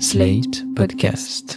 Slate Podcast.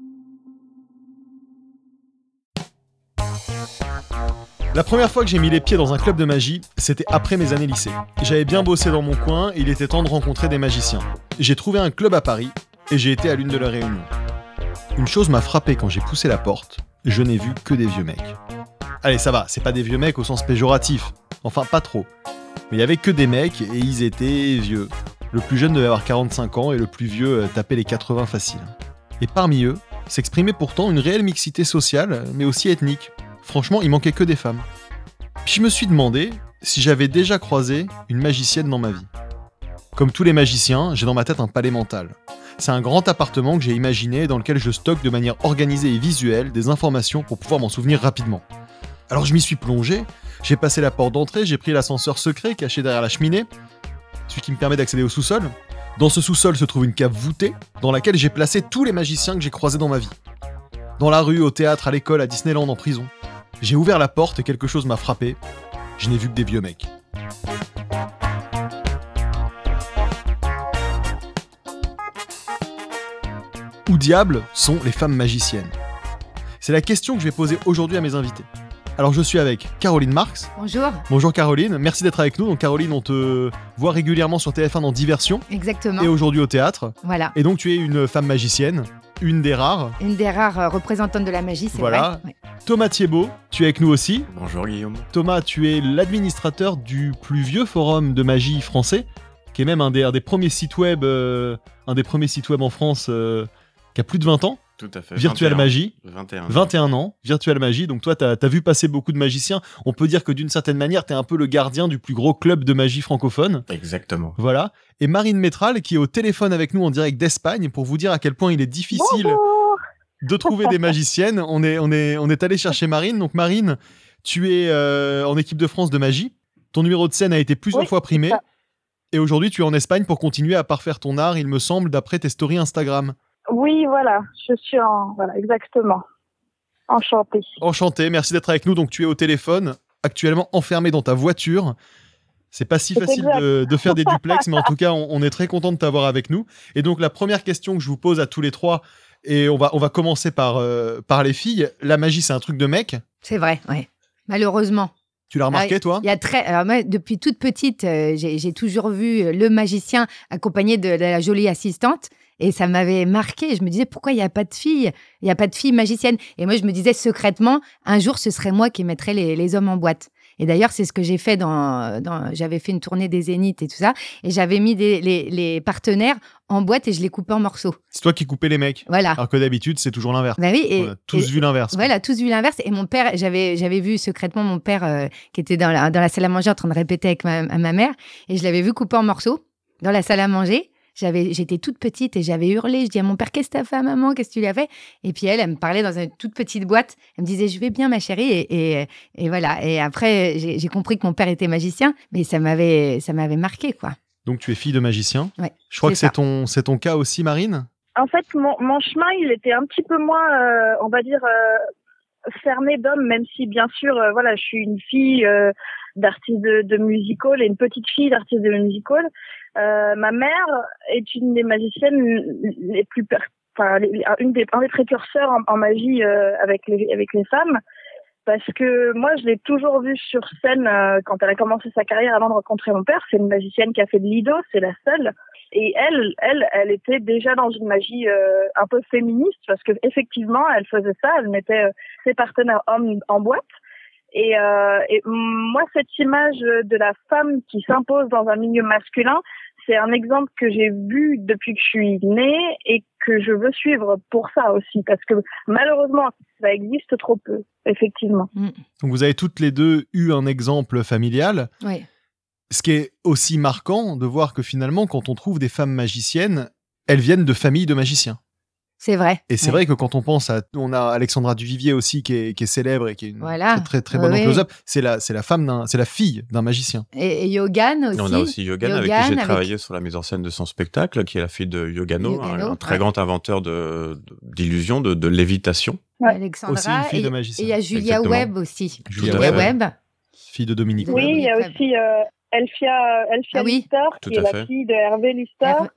La première fois que j'ai mis les pieds dans un club de magie, c'était après mes années lycée. J'avais bien bossé dans mon coin et il était temps de rencontrer des magiciens. J'ai trouvé un club à Paris et j'ai été à l'une de leurs réunions. Une chose m'a frappé quand j'ai poussé la porte, je n'ai vu que des vieux mecs. Allez, ça va, c'est pas des vieux mecs au sens péjoratif. Enfin, pas trop. Mais il y avait que des mecs et ils étaient vieux. Le plus jeune devait avoir 45 ans et le plus vieux tapait les 80 faciles. Et parmi eux, s'exprimait pourtant une réelle mixité sociale, mais aussi ethnique. Franchement, il manquait que des femmes. Puis je me suis demandé si j'avais déjà croisé une magicienne dans ma vie. Comme tous les magiciens, j'ai dans ma tête un palais mental. C'est un grand appartement que j'ai imaginé dans lequel je stocke de manière organisée et visuelle des informations pour pouvoir m'en souvenir rapidement. Alors je m'y suis plongé, j'ai passé la porte d'entrée, j'ai pris l'ascenseur secret caché derrière la cheminée, celui qui me permet d'accéder au sous-sol. Dans ce sous-sol se trouve une cave voûtée, dans laquelle j'ai placé tous les magiciens que j'ai croisés dans ma vie. Dans la rue, au théâtre, à l'école, à Disneyland, en prison. J'ai ouvert la porte et quelque chose m'a frappé. Je n'ai vu que des vieux mecs. Où diable sont les femmes magiciennes ? C'est la question que je vais poser aujourd'hui à mes invités. Alors je suis avec Caroline Marx. Bonjour. Bonjour Caroline, merci d'être avec nous. Donc Caroline, on te voit régulièrement sur TF1 dans Diversion. Exactement. Et aujourd'hui au théâtre. Voilà. Et donc tu es une femme magicienne, une des rares. Une des rares représentantes de la magie, c'est voilà. vrai. Ouais. Thomas Thiebaud, tu es avec nous aussi. Bonjour Guillaume. Thomas, tu es l'administrateur du plus vieux forum de magie français, qui est même un des premiers sites web, en France, qui a plus de 20 ans. Tout à fait. Virtual 21, Magie. 21 ans, Virtual Magie. Donc toi, t'as vu passer beaucoup de magiciens. On peut dire que d'une certaine manière, t'es un peu le gardien du plus gros club de magie francophone. Exactement. Voilà. Et Marine Métral, qui est au téléphone avec nous en direct d'Espagne, pour vous dire à quel point il est difficile de trouver des magiciennes. On est allé chercher Marine. Donc Marine, tu es en équipe de France de magie. Ton numéro de scène a été plusieurs fois primé. Et aujourd'hui, tu es en Espagne pour continuer à parfaire ton art, il me semble, d'après tes stories Instagram. Oui, voilà, je suis exactement. Enchantée. Enchanté, merci d'être avec nous. Donc tu es au téléphone, actuellement enfermé dans ta voiture. C'est pas si facile de faire des duplex, mais en tout cas, on est très content de t'avoir avec nous. Et donc la première question que je vous pose à tous les trois, et on va commencer par les filles. La magie, c'est un truc de mec ? C'est vrai, ouais. Malheureusement. Tu l'as remarqué, toi ? Alors, moi, depuis toute petite, j'ai toujours vu le magicien accompagné de la jolie assistante. Et ça m'avait marqué. Je me disais, pourquoi il n'y a pas de filles ? Il n'y a pas de filles magiciennes. Et moi, je me disais secrètement, un jour, ce serait moi qui mettrais les hommes en boîte. Et d'ailleurs, c'est ce que j'ai fait j'avais fait une tournée des Zéniths et tout ça. Et j'avais mis les partenaires en boîte et je les coupais en morceaux. C'est toi qui coupais les mecs. Voilà. Alors que d'habitude, c'est toujours l'inverse. Bah oui, on a tous vu l'inverse. Voilà, tous vu l'inverse. Et mon père, j'avais vu secrètement mon père qui était dans la salle à manger en train de répéter avec ma mère. Et je l'avais vu couper en morceaux dans la salle à manger. J'étais toute petite et j'avais hurlé. Je dis à mon père, qu'est-ce que t'as fait à maman ? Qu'est-ce que tu lui as fait ? Et puis elle me parlait dans une toute petite boîte. Elle me disait, je vais bien ma chérie. Et voilà. Et après, j'ai compris que mon père était magicien, mais ça m'avait marqué, quoi. Donc tu es fille de magicien. Ouais. Je crois que c'est ton cas aussi, Marine. En fait, mon chemin, il était un petit peu moins, on va dire, fermé d'hommes, même si bien sûr, je suis une fille d'artiste de music-hall et une petite fille d'artiste de music-hall. Ma mère est une des magiciennes les plus, un des précurseurs en magie avec les femmes, parce que moi je l'ai toujours vue sur scène quand elle a commencé sa carrière avant de rencontrer mon père. C'est une magicienne qui a fait de l'ido, c'est la seule. Et elle était déjà dans une magie un peu féministe, parce que effectivement elle faisait ça, elle mettait ses partenaires hommes en boîte. Et moi, cette image de la femme qui s'impose dans un milieu masculin, c'est un exemple que j'ai vu depuis que je suis née et que je veux suivre pour ça aussi, parce que malheureusement, ça existe trop peu, effectivement. Donc vous avez toutes les deux eu un exemple familial. Oui. Ce qui est aussi marquant de voir que finalement, quand on trouve des femmes magiciennes, elles viennent de familles de magiciens. C'est vrai. Et c'est vrai que quand on pense on a Alexandra Duvivier aussi qui est célèbre et qui est une très très bonne close-up. C'est la fille d'un magicien. Et Yogan aussi. On a aussi Yogan avec qui j'ai travaillé sur la mise en scène de son spectacle, qui est la fille de Yogano, un très grand inventeur d'illusions, de lévitation. Ouais. Alexandra aussi une fille de magicien. Et il y a Julia Webb aussi. Julia Webb. Fille de Dominique. Oui, il y a aussi Elfia Lister, qui est la fille de Hervé Lister. Oui.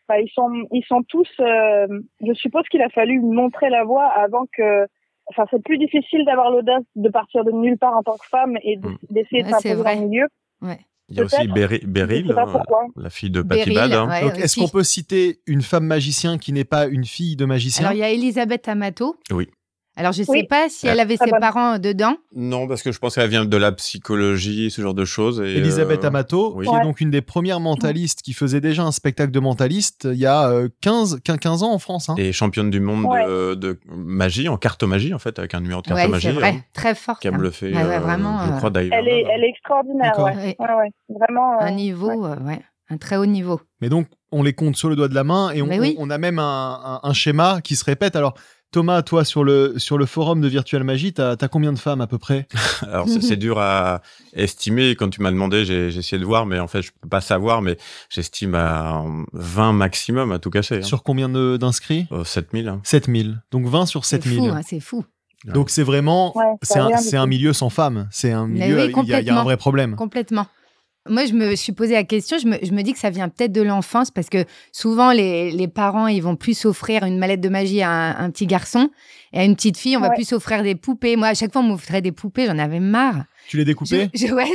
ils sont tous. Je suppose qu'il a fallu montrer la voie avant que. Enfin, c'est plus difficile d'avoir l'audace de partir de nulle part en tant que femme et d'essayer de s'imposer dans le milieu. Ouais. Il y a aussi Beryl, la fille de Patty Bad. Ouais, donc, est-ce qu'on peut citer une femme magicien qui n'est pas une fille de magicien? Alors, il y a Elisabeth Amato. Oui. Alors, je ne sais pas si elle avait ses parents dedans. Non, parce que je pense qu'elle vient de la psychologie, ce genre de choses. Et Elisabeth Amato, qui est donc une des premières mentalistes qui faisait déjà un spectacle de mentaliste il y a 15 ans en France. Et championne du monde de magie, en cartomagie, en fait, avec un numéro de cartomagie. C'est vrai, très forte. Qui me le fait, vraiment, je crois d'ailleurs. Elle est extraordinaire, vraiment. Un niveau, un très haut niveau. Mais donc, on les compte sur le doigt de la main et on a même un schéma qui se répète. Alors, Thomas, toi, sur le forum de Virtual Magie, t'as combien de femmes à peu près? Alors, c'est dur à estimer. Quand tu m'as demandé, j'ai essayé de voir, mais en fait, je peux pas savoir, mais j'estime à 20 maximum à tout casser. Sur combien d'inscrits? 7000. 7000. Donc 20 sur 7000. C'est fou. Donc c'est vraiment, c'est un milieu sans femmes. C'est un milieu, il y a un vrai problème. Complètement. Moi, je me suis posé la question, je me dis que ça vient peut-être de l'enfance parce que souvent, les parents, ils vont plus offrir une mallette de magie à un petit garçon et à une petite fille, on va plus offrir des poupées. Moi, à chaque fois, on m'offrait des poupées, j'en avais marre. Tu les découpais? J'ouvrais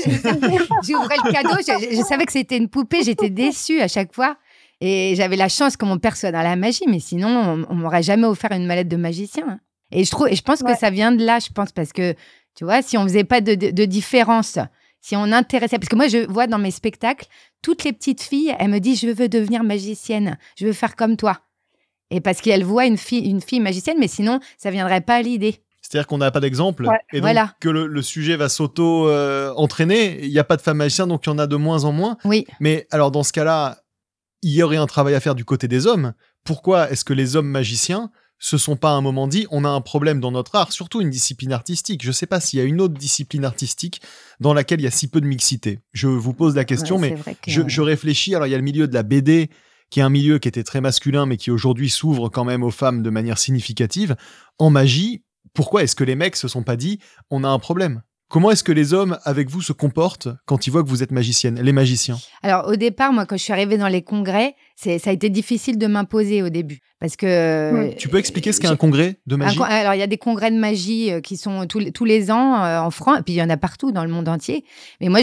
le cadeau, je savais que c'était une poupée, j'étais déçue à chaque fois. Et j'avais la chance que mon père soit dans la magie, mais sinon, on m'aurait jamais offert une mallette de magicien. Et je pense que ça vient de là, parce que, tu vois, si on faisait pas de différence... Si on intéressait, parce que moi, je vois dans mes spectacles, toutes les petites filles, elles me disent « Je veux devenir magicienne, je veux faire comme toi ». Et parce qu'elles voient une fille magicienne, mais sinon, ça ne viendrait pas à l'idée. C'est-à-dire qu'on n'a pas d'exemple, et donc que le sujet va s'auto-entraîner. Il n'y a pas de femmes magiciennes, donc il y en a de moins en moins. Oui. Mais alors, dans ce cas-là, il y aurait un travail à faire du côté des hommes. Pourquoi est-ce que les hommes magiciens se sont pas à un moment dit, on a un problème dans notre art, surtout une discipline artistique. Je sais pas s'il y a une autre discipline artistique dans laquelle il y a si peu de mixité. Je vous pose la question, mais je réfléchis. Alors, il y a le milieu de la BD, qui est un milieu qui était très masculin, mais qui aujourd'hui s'ouvre quand même aux femmes de manière significative. En magie, pourquoi est-ce que les mecs se sont pas dit, on a un problème? Comment est-ce que les hommes, avec vous, se comportent quand ils voient que vous êtes magicienne, les magiciens? Alors, au départ, moi, quand je suis arrivée dans les congrès, ça a été difficile de m'imposer au début. Parce que... Tu peux expliquer ce qu'est un congrret de magie? Alors, il y a des congrès de magie qui sont tous les ans en France, et puis il y en a partout dans le monde entier. Mais moi,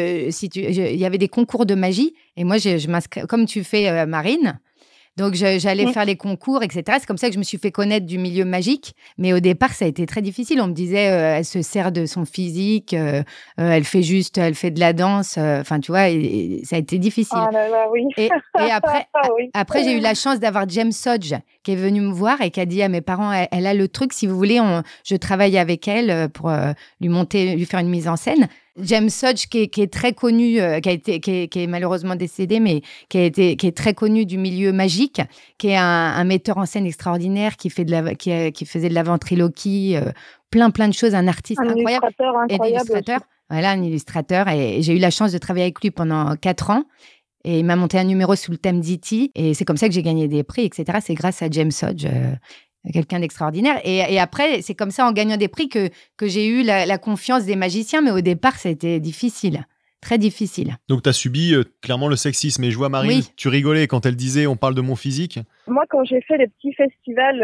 il y avait des concours de magie, et moi, je m'inscris, comme tu fais, Marine. Donc, j'allais faire les concours, etc. C'est comme ça que je me suis fait connaître du milieu magique. Mais au départ, ça a été très difficile. On me disait, elle se sert de son physique, elle fait de la danse. Enfin, tu vois, et ça a été difficile. Ah là là, oui. Et après, j'ai eu la chance d'avoir James Hodge qui est venu me voir et qui a dit à mes parents, elle a le truc, si vous voulez, je travaille avec elle pour lui faire une mise en scène. James Hodge, qui est très connu, qui est malheureusement décédé, mais qui est très connu du milieu magique, qui est un metteur en scène extraordinaire, qui faisait de la ventriloquie, plein de choses, un artiste incroyable. Illustrateur. Voilà, un illustrateur. Et j'ai eu la chance de travailler avec lui pendant 4 ans. Et il m'a monté un numéro sous le thème d'E.T. Et c'est comme ça que j'ai gagné des prix, etc. C'est grâce à James Hodge. Quelqu'un d'extraordinaire. Et après, c'est comme ça, en gagnant des prix, que j'ai eu la confiance des magiciens. Mais au départ, c'était difficile. Très difficile. Donc, tu as subi clairement le sexisme. Et je vois, Marine, tu rigolais quand elle disait « on parle de mon physique ». Moi, quand j'ai fait les petits festivals,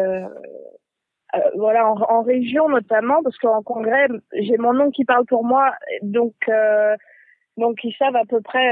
en région notamment, parce qu'en congrès, j'ai mon nom qui parle pour moi. Donc ils savent à peu près...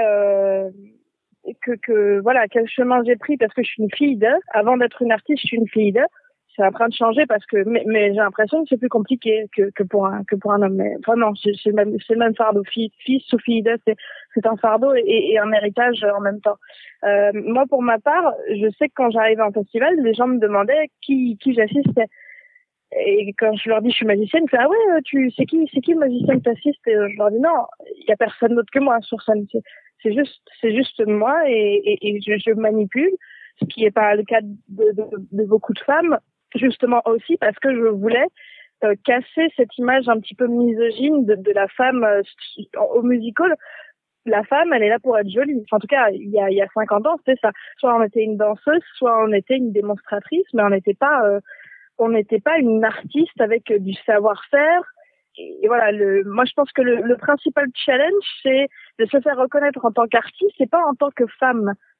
quel chemin j'ai pris parce que je suis une fille d'eux. Avant d'être une artiste, je suis une fille d'eux. C'est en train de changer parce que, mais j'ai l'impression que c'est plus compliqué que pour un homme. Mais vraiment, c'est le même fardeau. Fils ou fille d'eux, c'est un fardeau et un héritage en même temps. Moi, pour ma part, je sais que quand j'arrivais en festival, les gens me demandaient qui j'assistais. Et quand je leur dis je suis magicienne, ils font ah ouais, c'est qui le magicien que t'assistes? Et je leur dis non, il y a personne d'autre que moi sur scène. C'est juste moi et je manipule, ce qui n'est pas le cas de beaucoup de femmes, justement aussi parce que je voulais casser cette image un petit peu misogyne de la femme au musical. La femme, elle est là pour être jolie. En tout cas, il y a 50 ans, c'était ça. Soit on était une danseuse, soit on était une démonstratrice, mais on n'était pas une artiste avec du savoir-faire. Et voilà, moi je pense que le principal challenge, c'est de se faire reconnaître en tant qu'artiste et pas en tant que femme.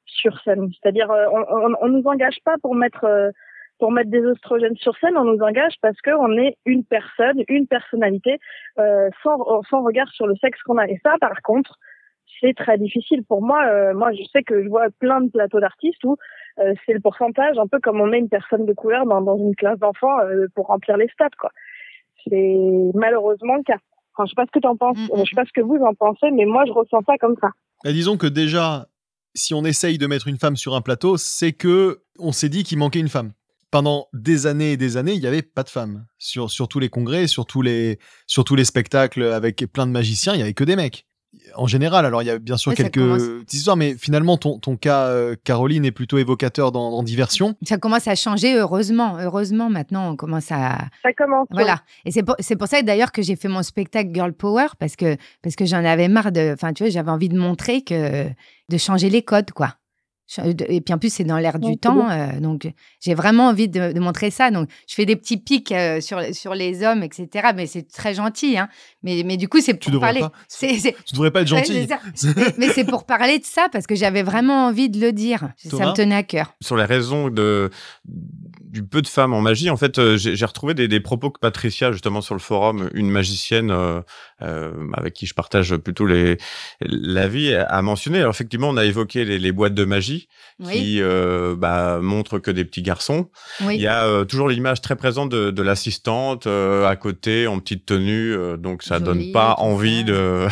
sur scène. C'est-à-dire, on nous engage pas pour mettre des oestrogènes sur scène, on nous engage parce qu'on est une personne, une personnalité, sans regard sur le sexe qu'on a. Et ça, par contre, c'est très difficile pour moi. Moi, je sais que je vois plein de plateaux d'artistes où c'est le pourcentage, un peu comme on met une personne de couleur dans une classe d'enfants pour remplir les stades, quoi. C'est malheureusement le cas. Enfin, je sais pas ce que t'en penses, je sais pas ce que vous en pensez, mais moi, je ressens ça comme ça. Et disons que déjà, si on essaye de mettre une femme sur un plateau, c'est que on s'est dit qu'il manquait une femme. Pendant des années et des années, il n'y avait pas de femmes. Sur tous les congrès, sur tous les spectacles avec plein de magiciens, il n'y avait que des mecs. En général, alors il y a bien sûr quelques petites histoires, mais finalement, ton cas, Caroline, est plutôt évocateur dans Diversion. Ça commence à changer, heureusement. Heureusement, maintenant, on commence à... Ça commence. Voilà. Et c'est pour ça, d'ailleurs, que j'ai fait mon spectacle Girl Power, parce que j'en avais marre de... Enfin, tu vois, j'avais envie de montrer de changer les codes, quoi. Et puis en plus, c'est dans l'air du temps, donc j'ai vraiment envie de montrer ça. Donc je fais des petits pics sur les hommes, etc. Mais c'est très gentil, hein. Mais du coup, c'est pour parler. Tu devrais pas être gentil. Mais c'est pour parler de ça parce que j'avais vraiment envie de le dire. Thomas, ça me tenait à cœur. Sur les raisons du peu de femmes en magie, en fait, j'ai retrouvé des propos que Patricia, justement, sur le forum, une magicienne avec qui je partage plutôt la vie, a mentionné. Alors effectivement, on a évoqué les boîtes de magie. Qui montre que des petits garçons. Oui. Il y a toujours l'image très présente de l'assistante à côté en petite tenue, donc ça donne pas envie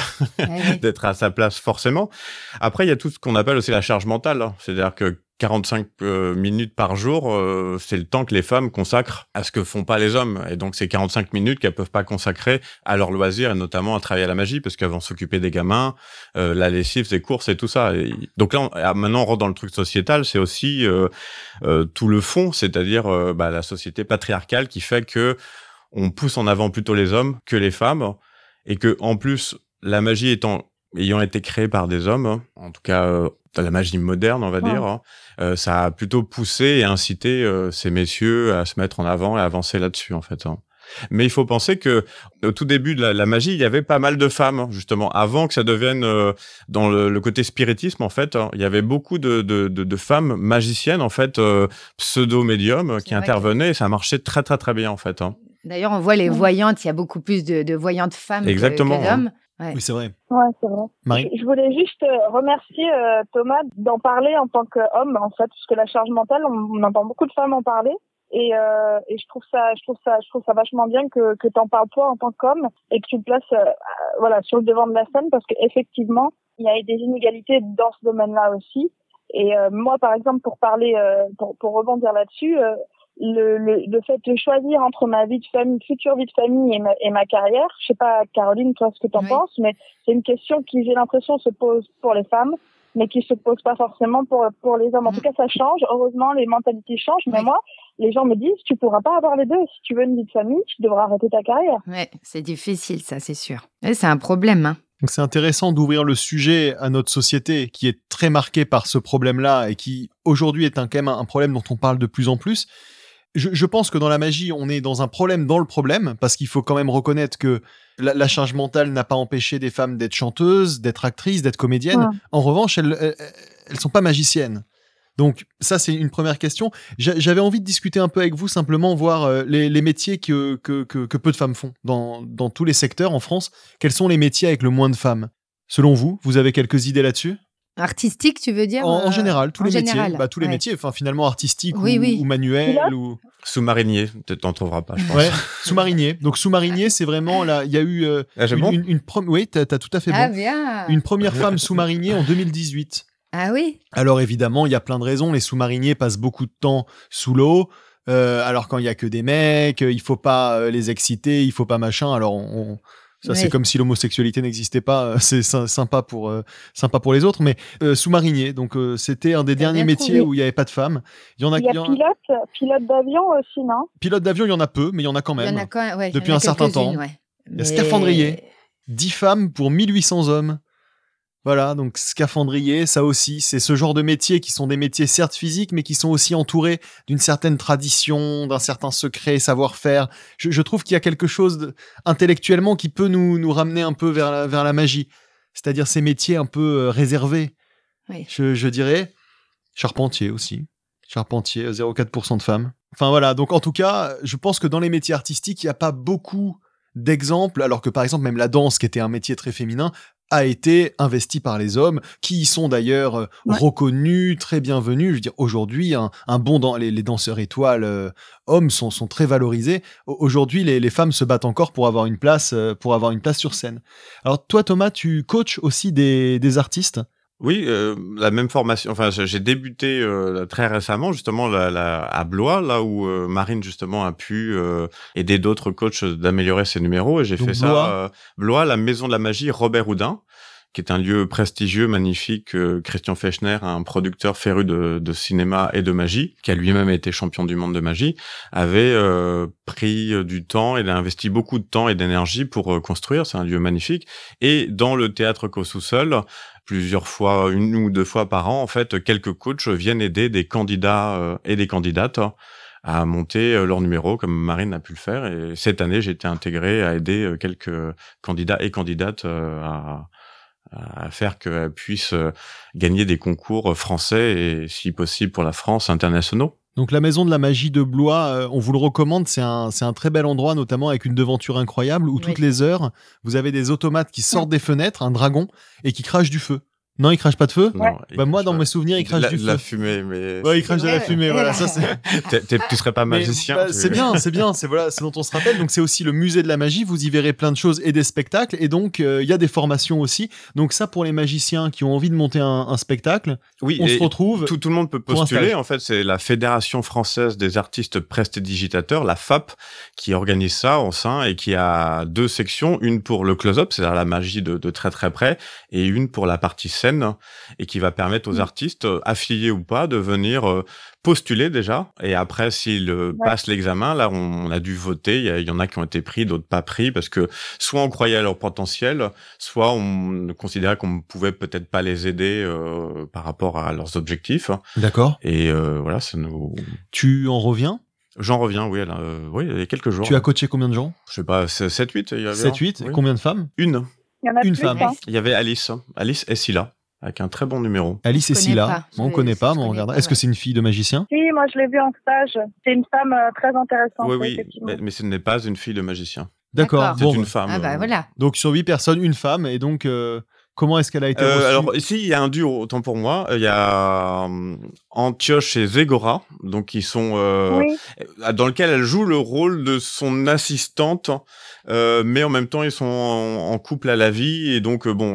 d'être à sa place forcément. Après, il y a tout ce qu'on appelle aussi la charge mentale, hein. C'est-à-dire que 45 minutes par jour, c'est le temps que les femmes consacrent à ce que font pas les hommes. Et donc, c'est 45 minutes qu'elles peuvent pas consacrer à leur loisir et notamment à travailler à la magie parce qu'elles vont s'occuper des gamins, la lessive, les courses et tout ça. Et donc là, maintenant, on rentre dans le truc sociétal. C'est aussi tout le fond, c'est-à-dire la société patriarcale qui fait que on pousse en avant plutôt les hommes que les femmes et que, en plus, la magie ayant été créée par des hommes, en tout cas la magie moderne, on va dire, ça a plutôt poussé et incité ces messieurs à se mettre en avant et à avancer là-dessus, en fait. Mais il faut penser que au tout début de la magie, il y avait pas mal de femmes, justement, avant que ça devienne dans le côté spiritisme, en fait. Il y avait beaucoup de femmes magiciennes, en fait, pseudo-médiums, qui intervenaient et ça marchait très, très, très bien, en fait. D'ailleurs, on voit les voyantes, il y a beaucoup plus de voyantes femmes que d'hommes. Ouais. Oui, c'est vrai. Ouais, c'est vrai. Marie ? Je voulais juste remercier Thomas d'en parler en tant qu'homme, en fait, parce que la charge mentale, on entend beaucoup de femmes en parler. Et je trouve ça vachement bien que t'en parles toi en tant qu'homme et que tu te places sur le devant de la scène parce qu'effectivement il y a des inégalités dans ce domaine-là aussi. Et moi par exemple pour parler pour rebondir là-dessus, le fait de choisir entre ma vie de famille, future vie de famille et ma carrière, je sais pas Caroline toi ce que t'en penses, mais c'est une question qui j'ai l'impression se pose pour les femmes mais qui se pose pas forcément pour les hommes. En tout cas, ça change. Heureusement, les mentalités changent. Mais moi, les gens me disent, tu pourras pas avoir les deux. Si tu veux une vie de famille, tu devras arrêter ta carrière. Ouais, c'est difficile, ça, c'est sûr. Et c'est un problème, hein. Donc c'est intéressant d'ouvrir le sujet à notre société qui est très marquée par ce problème-là et qui aujourd'hui est quand même un problème dont on parle de plus en plus. Je pense que dans la magie, on est dans un problème dans le problème, parce qu'il faut quand même reconnaître que la charge mentale n'a pas empêché des femmes d'être chanteuses, d'être actrices, d'être comédiennes. Ouais. En revanche, elles sont pas magiciennes. Donc ça, c'est une première question. J'avais envie de discuter un peu avec vous, simplement voir les métiers que peu de femmes font dans tous les secteurs en France. Quels sont les métiers avec le moins de femmes ? Selon vous, vous avez quelques idées là-dessus ? Artistique, tu veux dire en général, tous les métiers. Tous les ouais. métiers, enfin finalement artistiques oui. ou manuels. Ou... Sous-marinier, peut-être t'en trouveras pas, je pense. Ouais, sous-marinier. Donc sous-marinier, c'est vraiment là, il y a eu oui, t'as tout à fait bon. Bien. Une première femme sous-marinier en 2018. Ah oui. Alors évidemment, il y a plein de raisons. Les sous-mariniers passent beaucoup de temps sous l'eau. Alors quand il y a que des mecs, il faut pas les exciter, il faut pas machin. Alors ça, c'est comme si l'homosexualité n'existait pas. C'est sympa pour les autres. Mais sous-marinier, donc c'était un des derniers métiers où il n'y avait pas de femmes. Il y a pilote d'avion aussi, non ? Pilote d'avion, il y en a peu, mais il y en a quand même. Depuis un certain temps. Ouais. Il y a scaphandrier. 10 femmes pour 1800 hommes. Voilà, donc scaphandrier, ça aussi, c'est ce genre de métiers qui sont des métiers certes physiques, mais qui sont aussi entourés d'une certaine tradition, d'un certain secret, savoir-faire. Je trouve qu'il y a quelque chose intellectuellement qui peut nous ramener un peu vers la magie. C'est-à-dire ces métiers un peu réservés, je dirais. Charpentier aussi. Charpentier, 0,4% de femmes. Enfin voilà, donc en tout cas, je pense que dans les métiers artistiques, il n'y a pas beaucoup d'exemples, alors que par exemple même la danse, qui était un métier très féminin, a été investie par les hommes, qui y sont d'ailleurs reconnus, très bienvenus. Je veux dire, aujourd'hui, un bon dans les danseurs étoiles hommes sont très valorisés. Aujourd'hui, les femmes se battent encore pour avoir une place sur scène. Alors toi, Thomas, tu coaches aussi des artistes? Oui, la même formation. Enfin, j'ai débuté très récemment, justement, à Blois, là où Marine, justement, a pu aider d'autres coachs d'améliorer ses numéros. Et j'ai Donc fait ça. Blois, la Maison de la Magie Robert Houdin, qui est un lieu prestigieux, magnifique. Christian Fechner, un producteur féru de cinéma et de magie, qui a lui-même été champion du monde de magie, avait pris du temps, il a investi beaucoup de temps et d'énergie pour construire. C'est un lieu magnifique. Et dans le théâtre qu'au sous-sol, plusieurs fois, 1 ou 2 fois par an, en fait, quelques coachs viennent aider des candidats et des candidates à monter leur numéro, comme Marine a pu le faire. Et cette année, j'ai été intégré à aider quelques candidats et candidates à faire qu'elles puissent gagner des concours français et, si possible pour la France, internationaux. Donc la Maison de la Magie de Blois, on vous le recommande, c'est un très bel endroit, notamment avec une devanture incroyable, où toutes les heures, vous avez des automates qui sortent des fenêtres, un dragon, et qui crachent du feu. Non, il crache pas de feu? Non, Bah moi, dans mes souvenirs, il crache du feu. La fumée, mais... Ouais, il crache de la fumée, voilà, ça c'est... Tu serais pas magicien. Bah, c'est bien, c'est voilà, c'est dont on se rappelle. Donc c'est aussi le musée de la magie, vous y verrez plein de choses et des spectacles, et donc il y a des formations aussi. Donc ça, pour les magiciens qui ont envie de monter un spectacle, oui, on se retrouve... Tout le monde peut postuler, en fait, c'est la Fédération Française des Artistes Prestidigitateurs, la FAP, qui organise ça en sein et qui a 2 sections, une pour le close-up, c'est-à-dire la magie de très très près, et une pour la partie scène, et qui va permettre aux artistes, affiliés ou pas, de venir postuler déjà. Et après, s'ils passent l'examen, là, on a dû voter. Il y en a qui ont été pris, d'autres pas pris, parce que soit on croyait à leur potentiel, soit on considérait qu'on pouvait peut-être pas les aider par rapport à leurs objectifs. D'accord. Et voilà, ça nous... Tu en reviens? J'en reviens, oui, oui, il y a quelques jours. Tu as coaché combien de gens? Je sais pas, 7-8. 7-8, oui. Combien de femmes? Une. Il y en a Une plus, femme. hein. Il y avait Alice et Scylla, avec un très bon numéro. Alice et connais Scylla. pas. On connaît pas, mais on regardera. Est-ce que c'est une fille de magicien? Si, moi je l'ai vue en stage. C'est une femme très intéressante. Oui, Effectivement. mais ce n'est pas une fille de magicien. D'accord. C'est Bon, une femme. Ah bah voilà. donc sur 8 personnes, une femme, et donc comment est-ce qu'elle a été reçue? Alors ici, il y a un duo, autant pour moi. Il y a Antioche et Zégora, donc qui sont Oui. dans lequel elle joue le rôle de son assistante, mais en même temps ils sont en couple à la vie, et donc bon,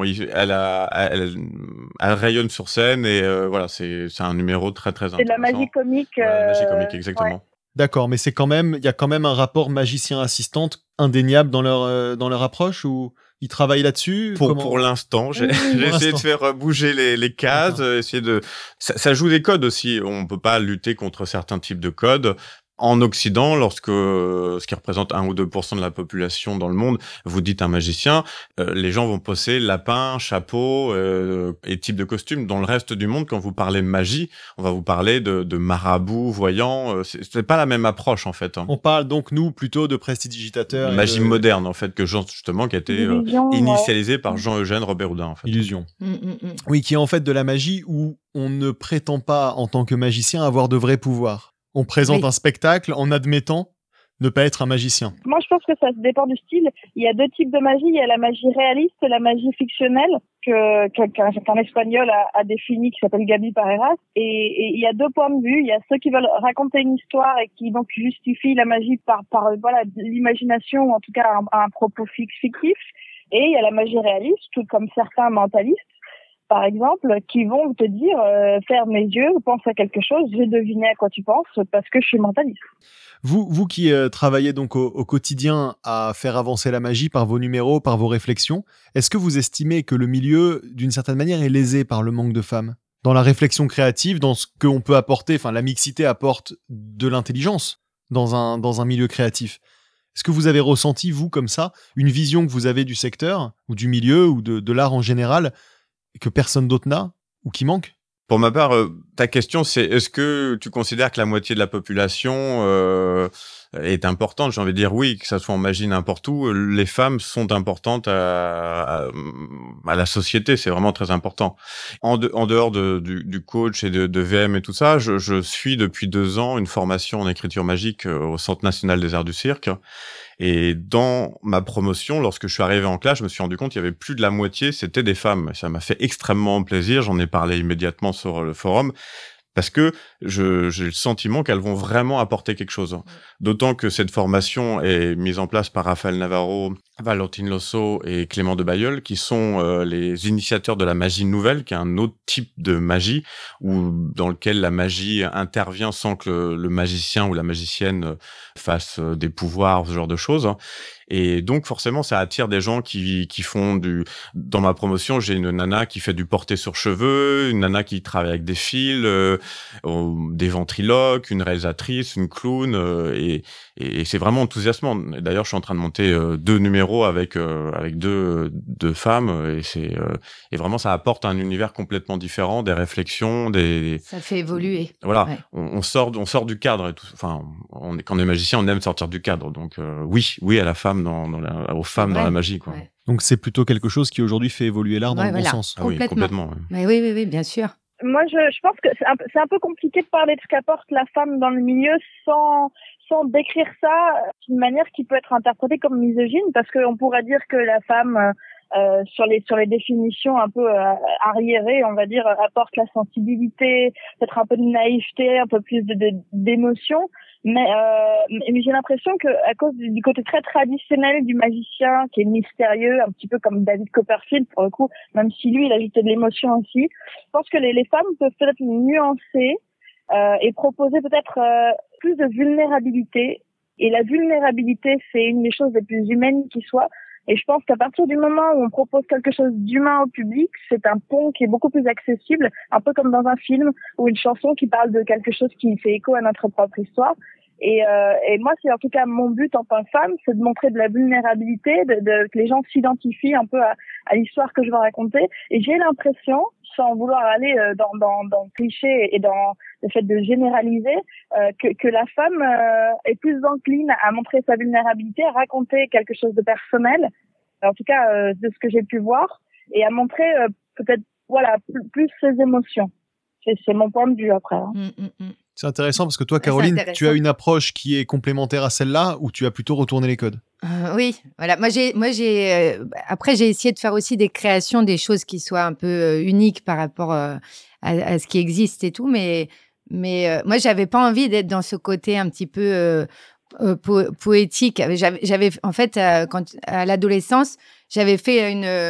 elle rayonne sur scène, et voilà, c'est un numéro très très intéressant. C'est de la magie comique. Voilà, magie comique, exactement. Ouais. D'accord, mais il y a quand même un rapport magicien-assistante indéniable dans leur approche, ou ils travaillent là-dessus? Pour l'instant, j'ai essayé de faire bouger les cases, essayer de... Ça joue des codes aussi. On peut pas lutter contre certains types de codes. En Occident, lorsque ce qui représente 1 ou 2% de la population dans le monde, vous dites un magicien, les gens vont penser lapin, chapeau et type de costume. Dans le reste du monde, quand vous parlez magie, on va vous parler de marabout, voyant. C'est pas la même approche en fait. On parle donc nous plutôt de prestidigitateurs. Magie moderne en fait, que justement qui a été Illusion, initialisée par Jean-Eugène Robert Houdin en fait. Illusion. Oui, qui est en fait de la magie où on ne prétend pas en tant que magicien avoir de vrais pouvoirs. On présente un spectacle en admettant ne pas être un magicien. Moi, je pense que ça dépend du style. Il y a 2 types de magie. Il y a la magie réaliste et la magie fictionnelle qu'un Espagnol a défini, qui s'appelle Gaby Pareras. Et il y a 2 points de vue. Il y a ceux qui veulent raconter une histoire et qui donc justifient la magie par voilà, l'imagination, ou en tout cas un propos fictif. Et il y a la magie réaliste, tout comme certains mentalistes, par exemple, qui vont te dire ferme les yeux, pense à quelque chose, j'ai deviné à quoi tu penses parce que je suis mentaliste. Vous qui travaillez donc au quotidien à faire avancer la magie par vos numéros, par vos réflexions, est-ce que vous estimez que le milieu, d'une certaine manière, est lésé par le manque de femmes dans la réflexion créative, dans ce qu'on peut apporter, enfin la mixité apporte de l'intelligence dans un milieu créatif? Est-ce que vous avez ressenti, vous, comme ça, une vision que vous avez du secteur, ou du milieu, ou de l'art en général, que personne d'autre n'a, ou qui manque? Pour ma part, ta question, c'est est-ce que tu considères que la moitié de la population est importante? J'ai envie de dire oui, que ça soit en magie n'importe où. Les femmes sont importantes à la société, c'est vraiment très important. En dehors du coach et de VM et tout ça, je suis depuis 2 ans une formation en écriture magique au Centre national des arts du cirque. Et dans ma promotion, lorsque je suis arrivé en classe, je me suis rendu compte qu'il y avait plus de la moitié, c'était des femmes. Ça m'a fait extrêmement plaisir. J'en ai parlé immédiatement sur le forum. Parce que j'ai le sentiment qu'elles vont vraiment apporter quelque chose. D'autant que cette formation est mise en place par Raphaël Navarro, Valentine Losso et Clément de Bailleul, qui sont les initiateurs de la magie nouvelle, qui est un autre type de magie, dans lequel la magie intervient sans que le magicien ou la magicienne fasse des pouvoirs, ce genre de choses. Et donc forcément ça attire des gens qui font dans ma promotion, j'ai une nana qui fait du porté sur cheveux, une nana qui travaille avec des fils, des ventriloques, une réalisatrice, une clown, et c'est vraiment enthousiasmant. Et d'ailleurs je suis en train de monter 2 numéros avec deux femmes, et vraiment ça apporte un univers complètement différent, des réflexions, ça fait évoluer. Voilà, ouais. on sort du cadre et tout. Enfin, quand on est magicien, on aime sortir du cadre. Donc oui à la femme aux femmes dans la magie, quoi. Ouais. Donc c'est plutôt quelque chose qui aujourd'hui fait évoluer l'art dans le bon sens. Ah oui, complètement. Mais oui, bien sûr. Moi, je pense que c'est un peu compliqué de parler de ce qu'apporte la femme dans le milieu sans décrire ça d'une manière qui peut être interprétée comme misogyne, parce qu'on pourrait dire que la femme, sur les définitions un peu arriérées, on va dire, apporte la sensibilité, peut-être un peu de naïveté, un peu plus d'émotion. Mais j'ai l'impression que à cause du côté très traditionnel du magicien, qui est mystérieux, un petit peu comme David Copperfield pour le coup, même si lui il ajoutait de l'émotion aussi, je pense que les femmes peuvent peut-être nuancer et proposer peut-être plus de vulnérabilité. Et la vulnérabilité, c'est une des choses les plus humaines qui soit. Et je pense qu'à partir du moment où on propose quelque chose d'humain au public, c'est un pont qui est beaucoup plus accessible, un peu comme dans un film ou une chanson qui parle de quelque chose qui fait écho à notre propre histoire. Et moi, c'est en tout cas mon but en tant que femme, c'est de montrer de la vulnérabilité, que les gens s'identifient un peu à l'histoire que je vais raconter. Et j'ai l'impression, sans vouloir aller dans le cliché et dans le fait de généraliser, que la femme est plus encline à montrer sa vulnérabilité, à raconter quelque chose de personnel, en tout cas de ce que j'ai pu voir, et à montrer peut-être plus ses émotions. C'est mon point de vue après. Hein. C'est intéressant parce que toi, Caroline, tu as une approche qui est complémentaire à celle-là, ou tu as plutôt retourné les codes? Oui, voilà. Après, j'ai essayé de faire aussi des créations, des choses qui soient un peu uniques par rapport à ce qui existe et tout. Mais moi, j'avais pas envie d'être dans ce côté un petit peu poétique. J'avais en fait, quand à l'adolescence, j'avais fait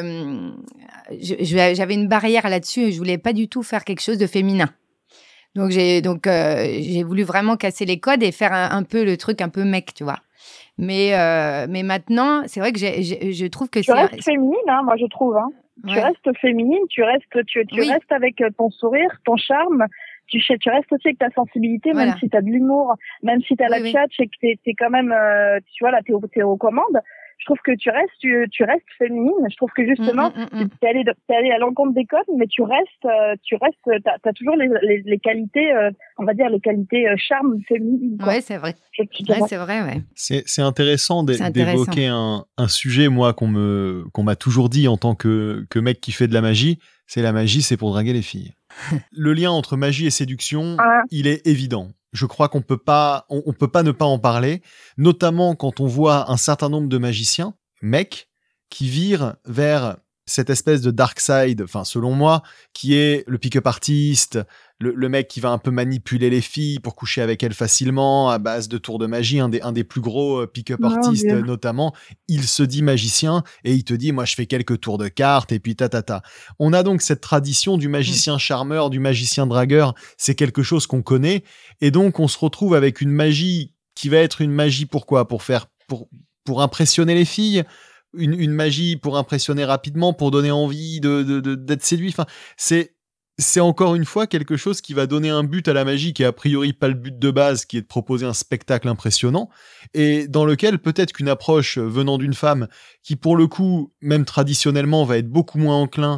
j'avais une barrière là-dessus et je voulais pas du tout faire quelque chose de féminin. Donc j'ai voulu vraiment casser les codes et faire un peu le truc un peu mec, tu vois. Mais maintenant, c'est vrai que je trouve que tu restes féminine, hein, moi je trouve. Hein. Ouais. Tu restes féminine, tu restes avec ton sourire, ton charme. Tu restes aussi avec ta sensibilité, même si t'as de l'humour, même si t'as la tchatche et que t'es quand même, tu vois, là, t'es aux commandes. Je trouve que tu restes féminine. Je trouve que justement, t'es allé à l'encontre des codes, mais t'as toujours les qualités, on va dire les qualités charme féminine. Ouais, c'est vrai. C'est vrai, ouais. C'est intéressant d'évoquer un sujet, moi, qu'on m'a toujours dit en tant que mec qui fait de la magie. C'est la magie, c'est pour draguer les filles. Le lien entre magie et séduction, il est évident. Je crois qu'on peut pas ne pas en parler, notamment quand on voit un certain nombre de magiciens, mecs, qui virent vers cette espèce de dark side, enfin selon moi, qui est le pick-up artiste, le mec qui va un peu manipuler les filles pour coucher avec elles facilement à base de tours de magie, un des plus gros pick-up artistes notamment, il se dit magicien et il te dit moi je fais quelques tours de cartes et puis ta. On a donc cette tradition du magicien charmeur, du magicien dragueur, c'est quelque chose qu'on connaît et donc on se retrouve avec une magie qui va être une magie pourquoi ? Pour impressionner les filles, une magie pour impressionner rapidement, pour donner envie d'être séduit. Enfin, c'est encore une fois quelque chose qui va donner un but à la magie qui est a priori pas le but de base, qui est de proposer un spectacle impressionnant et dans lequel peut-être qu'une approche venant d'une femme qui pour le coup, même traditionnellement, va être beaucoup moins enclin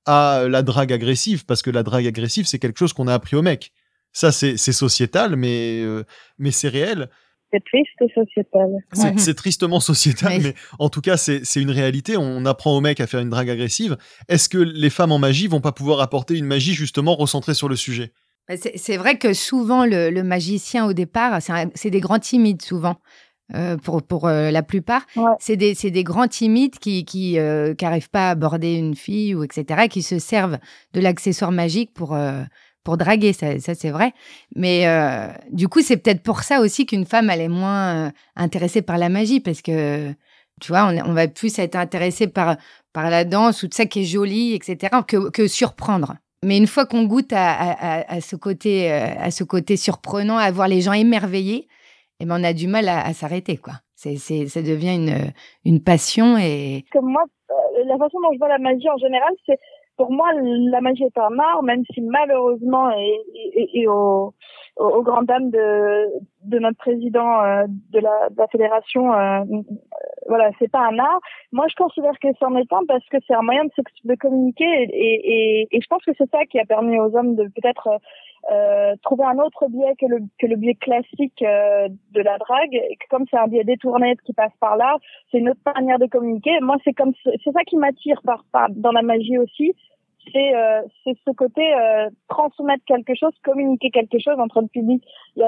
à la drague agressive, parce que la drague agressive, c'est quelque chose qu'on a appris aux mecs. Ça, c'est sociétal, mais c'est réel. C'est triste et sociétal. C'est tristement sociétal, Oui. mais en tout cas, c'est une réalité. On apprend aux mecs à faire une drague agressive. Est-ce que les femmes en magie vont pas pouvoir apporter une magie justement recentrée sur le sujet ? C'est vrai que souvent, le magicien, au départ, c'est des grands timides, souvent. Pour la plupart, Ouais. c'est des grands timides qui n'arrivent pas à aborder une fille, ou etc., qui se servent de l'accessoire magique pour draguer, ça c'est vrai. Mais du coup, c'est peut-être pour ça aussi qu'une femme, elle est moins intéressée par la magie, parce que, tu vois, on va plus être intéressé par la danse ou de ça qui est joli, etc., que surprendre. Mais une fois qu'on goûte à ce côté surprenant, à voir les gens émerveillés, eh ben on a du mal à s'arrêter, quoi. Ça devient une passion et... Comme moi, la façon dont je vois la magie en général, c'est, pour moi, la magie est un art, même si malheureusement, et au grand dam de notre président de la fédération, voilà, c'est pas un art. Moi, je considère que c'en est un parce que c'est un moyen de communiquer et je pense que c'est ça qui a permis aux hommes de peut-être trouver un autre biais que le biais classique de la drague, et que comme c'est un biais détourné qui passe par là, c'est une autre manière de communiquer. Moi, c'est ça qui m'attire dans la magie aussi. C'est ce côté transmettre quelque chose, communiquer quelque chose entre le public.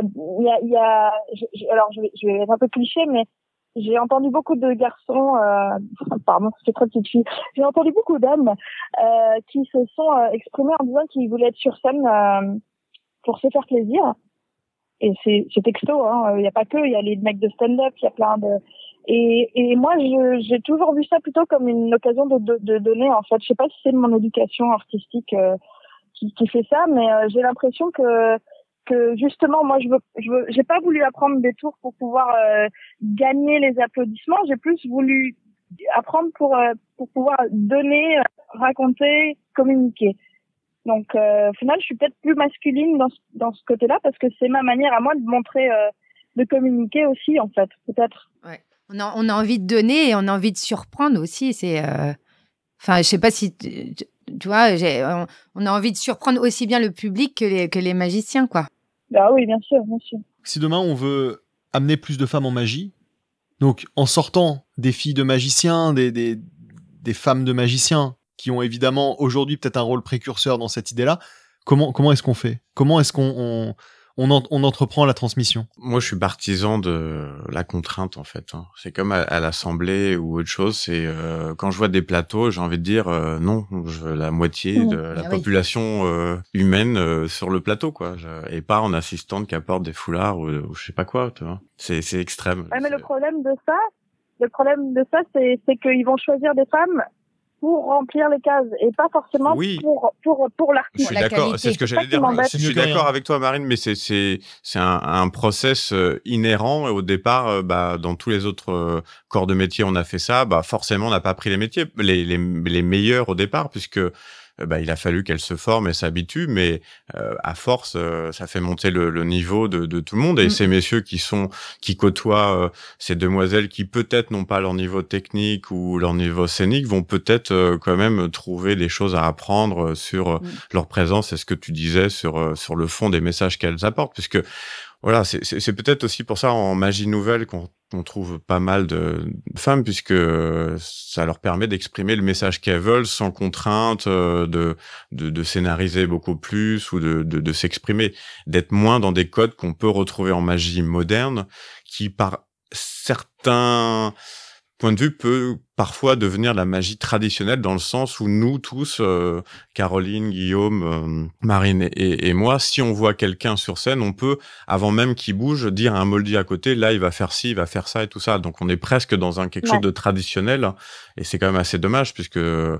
Alors je vais être un peu cliché, mais j'ai entendu beaucoup de garçons, pardon, c'est trop petite fille. J'ai entendu beaucoup d'hommes qui se sont exprimés en disant qu'ils voulaient être sur scène pour se faire plaisir. Et c'est texto, hein. Il y a pas que, il y a les mecs de stand-up, il y a plein de... Et moi, j'ai toujours vu ça plutôt comme une occasion de donner, en fait. Je sais pas si c'est mon éducation artistique qui fait ça, mais j'ai l'impression que justement, moi, j'ai pas voulu apprendre des tours pour pouvoir gagner les applaudissements. J'ai plus voulu apprendre pour pouvoir donner, raconter, communiquer. Donc, au final, je suis peut-être plus masculine dans ce côté-là parce que c'est ma manière à moi de montrer, de communiquer aussi, en fait, peut-être. Ouais. On a envie de donner et on a envie de surprendre aussi. Enfin, je sais pas si tu vois, on a envie de surprendre aussi bien le public que les magiciens, quoi. Ah oui, bien sûr, bien sûr. Si demain on veut amener plus de femmes en magie, donc en sortant des filles de magiciens, des femmes de magiciens, qui ont évidemment aujourd'hui peut-être un rôle précurseur dans cette idée-là, comment est-ce qu'on fait ? Comment est-ce qu'on entreprend la transmission ? Moi, je suis partisan de la contrainte, en fait. C'est comme à l'Assemblée ou autre chose. C'est quand je vois des plateaux, j'ai envie de dire non, je veux la moitié de la population humaine sur le plateau, quoi. Et pas en assistante qui apporte des foulards ou je sais pas quoi, tu vois. C'est extrême. Ouais, mais le problème de ça, c'est qu'ils vont choisir des femmes pour remplir les cases et pas forcément pour l'artiste. Je suis d'accord, c'est ce que j'allais dire. Je suis d'accord avec toi, Marine, mais c'est un process inhérent. Au départ, dans tous les autres corps de métier, on a fait ça. Forcément, on n'a pas pris les métiers, les meilleurs au départ, puisque il a fallu qu'elle se forme et s'habitue, mais à force, ça fait monter le niveau de tout le monde. Et ces messieurs qui côtoient ces demoiselles qui peut-être n'ont pas leur niveau technique ou leur niveau scénique, vont peut-être quand même trouver des choses à apprendre sur leur présence et ce que tu disais sur le fond des messages qu'elles apportent, puisque voilà, c'est peut-être aussi pour ça en magie nouvelle qu'on trouve pas mal de femmes, puisque ça leur permet d'exprimer le message qu'elles veulent sans contrainte de scénariser beaucoup plus ou de s'exprimer, d'être moins dans des codes qu'on peut retrouver en magie moderne, qui par certains point de vue peut parfois devenir la magie traditionnelle, dans le sens où nous tous, Caroline, Guillaume, Marine et moi, si on voit quelqu'un sur scène, on peut, avant même qu'il bouge, dire à un moldy à côté, là il va faire ci, il va faire ça et tout ça. Donc on est presque dans quelque chose de traditionnel, et c'est quand même assez dommage, puisque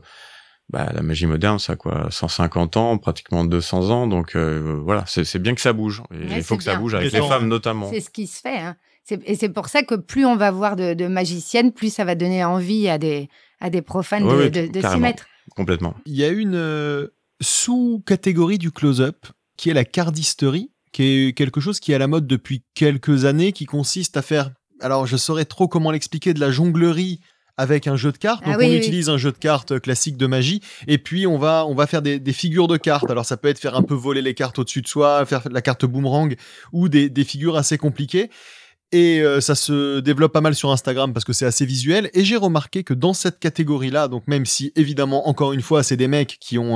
la magie moderne, ça quoi, 150 ans, pratiquement 200 ans, donc voilà, c'est bien que ça bouge. Et il faut que ça bouge avec les femmes notamment. C'est ce qui se fait, hein. Et c'est pour ça que plus on va voir de magiciennes, plus ça va donner envie à des profanes de s'y mettre. Complètement. Il y a une sous-catégorie du close-up qui est la cardisterie, qui est quelque chose qui est à la mode depuis quelques années, qui consiste à faire, alors je saurais trop comment l'expliquer, de la jonglerie avec un jeu de cartes. Donc, on utilise un jeu de cartes classique de magie. Et puis, on va faire des figures de cartes. Alors, ça peut être faire un peu voler les cartes au-dessus de soi, faire la carte boomerang ou des figures assez compliquées. Et ça se développe pas mal sur Instagram parce que c'est assez visuel. Et j'ai remarqué que dans cette catégorie-là, donc même si évidemment, encore une fois, c'est des mecs qui ont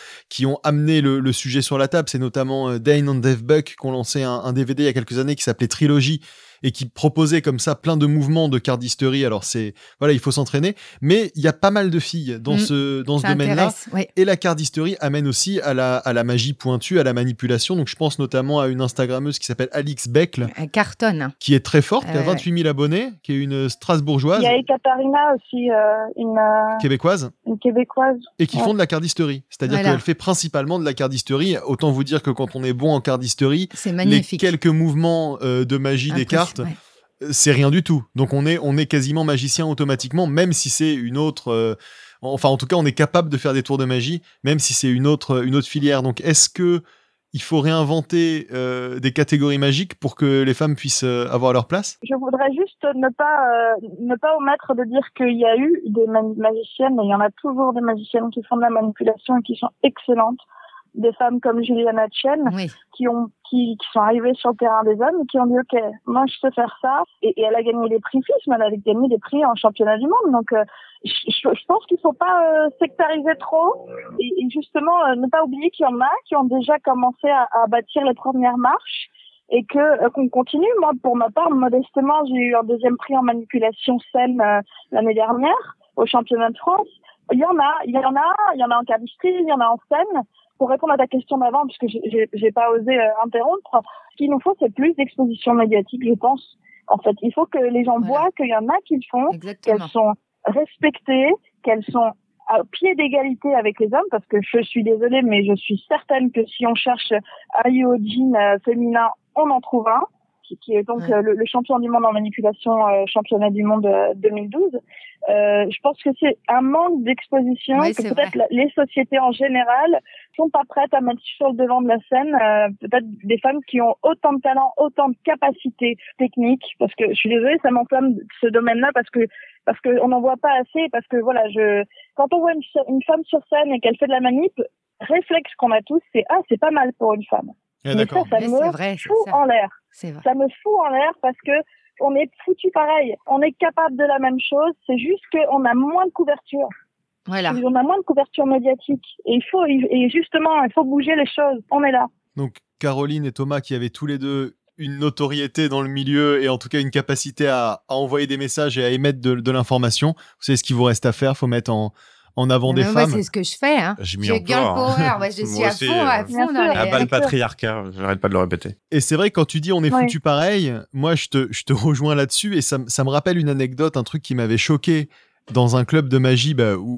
amené le sujet sur la table, c'est notamment Dane and Dave Buck qui ont lancé un DVD il y a quelques années qui s'appelait Trilogy et qui proposait comme ça plein de mouvements de cardisterie. Alors il faut s'entraîner, mais il y a pas mal de filles dans ce domaine-là. Oui. Et la cardisterie amène aussi à la magie pointue, à la manipulation. Donc je pense notamment à une Instagrammeuse qui s'appelle Alix Beckle, cartonne, qui est très forte, qui a 28 000 abonnés, qui est une Strasbourgeoise. Il y a Ekaterina aussi, une Québécoise. Une Québécoise. Et qui font de la cardisterie. C'est-à-dire qu'elle fait principalement de la cardisterie. Autant vous dire que quand on est bon en cardisterie, c'est magnifique. Les quelques mouvements de magie des cartes, c'est rien du tout. Donc on est quasiment magicien automatiquement, même si c'est une autre... en tout cas, on est capable de faire des tours de magie, même si c'est une autre filière. Donc est-ce que il faut réinventer des catégories magiques pour que les femmes puissent avoir leur place? Je voudrais juste ne pas omettre de dire qu'il y a eu des magiciennes, et il y en a toujours des magiciennes qui font de la manipulation et qui sont excellentes. Des femmes comme Juliana Chen, qui sont arrivées sur le terrain des hommes et qui ont dit ok, moi je sais faire ça, et elle a gagné des prix FIS, mais elle a gagné des prix en championnat du monde. Donc je pense qu'il faut pas sectariser trop et justement ne pas oublier qu'il y en a qui ont déjà commencé à bâtir les premières marches et qu'on continue. Moi, pour ma part, modestement, j'ai eu un 2e prix en manipulation scène l'année dernière au championnat de France. Il y en a en cardisterie, il y en a en scène. Pour répondre à ta question d'avant, puisque j'ai pas osé interrompre, ce qu'il nous faut, c'est plus d'exposition médiatique, je pense. En fait, il faut que les gens voient qu'il y en a qui le font, qu'elles sont respectées, qu'elles sont à pied d'égalité avec les hommes, parce que je suis désolée, mais je suis certaine que si on cherche un Yojin féminin, on en trouve un, qui est donc le champion du monde en manipulation, championnat du monde 2012. Je pense que c'est un manque d'exposition que peut-être les sociétés en général sont pas prêtes à mettre sur le devant de la scène. Peut-être des femmes qui ont autant de talent, autant de capacités techniques, parce que je suis désolée, ça m'enflamme ce domaine-là parce que on n'en voit pas assez, parce que voilà, quand on voit une femme sur scène et qu'elle fait de la manip, réflexe qu'on a tous, c'est pas mal pour une femme. Mais ça me fout en l'air. Ça me fout en l'air parce que on est foutu pareil. On est capable de la même chose. C'est juste qu'on a moins de couverture. Voilà. On a moins de couverture médiatique. Et justement, il faut bouger les choses. On est là. Donc, Caroline et Thomas, qui avaient tous les deux une notoriété dans le milieu et en tout cas une capacité à envoyer des messages et à émettre de l'information. Vous savez ce qu'il vous reste à faire. Il faut mettre en avant des femmes. C'est ce que je fais. Hein. Je girl power. Je suis à fond dans à bas le patriarcat. J'arrête pas de le répéter. Et c'est vrai, quand tu dis on est foutu pareil, moi je te rejoins là-dessus et ça me rappelle une anecdote, un truc qui m'avait choqué dans un club de magie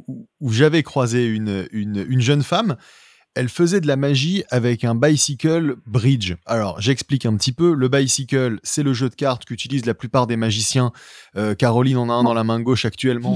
où j'avais croisé une jeune femme. Elle faisait de la magie avec un bicycle bridge. Alors, j'explique un petit peu. Le bicycle, c'est le jeu de cartes qu'utilisent la plupart des magiciens. Caroline en a un dans la main gauche actuellement.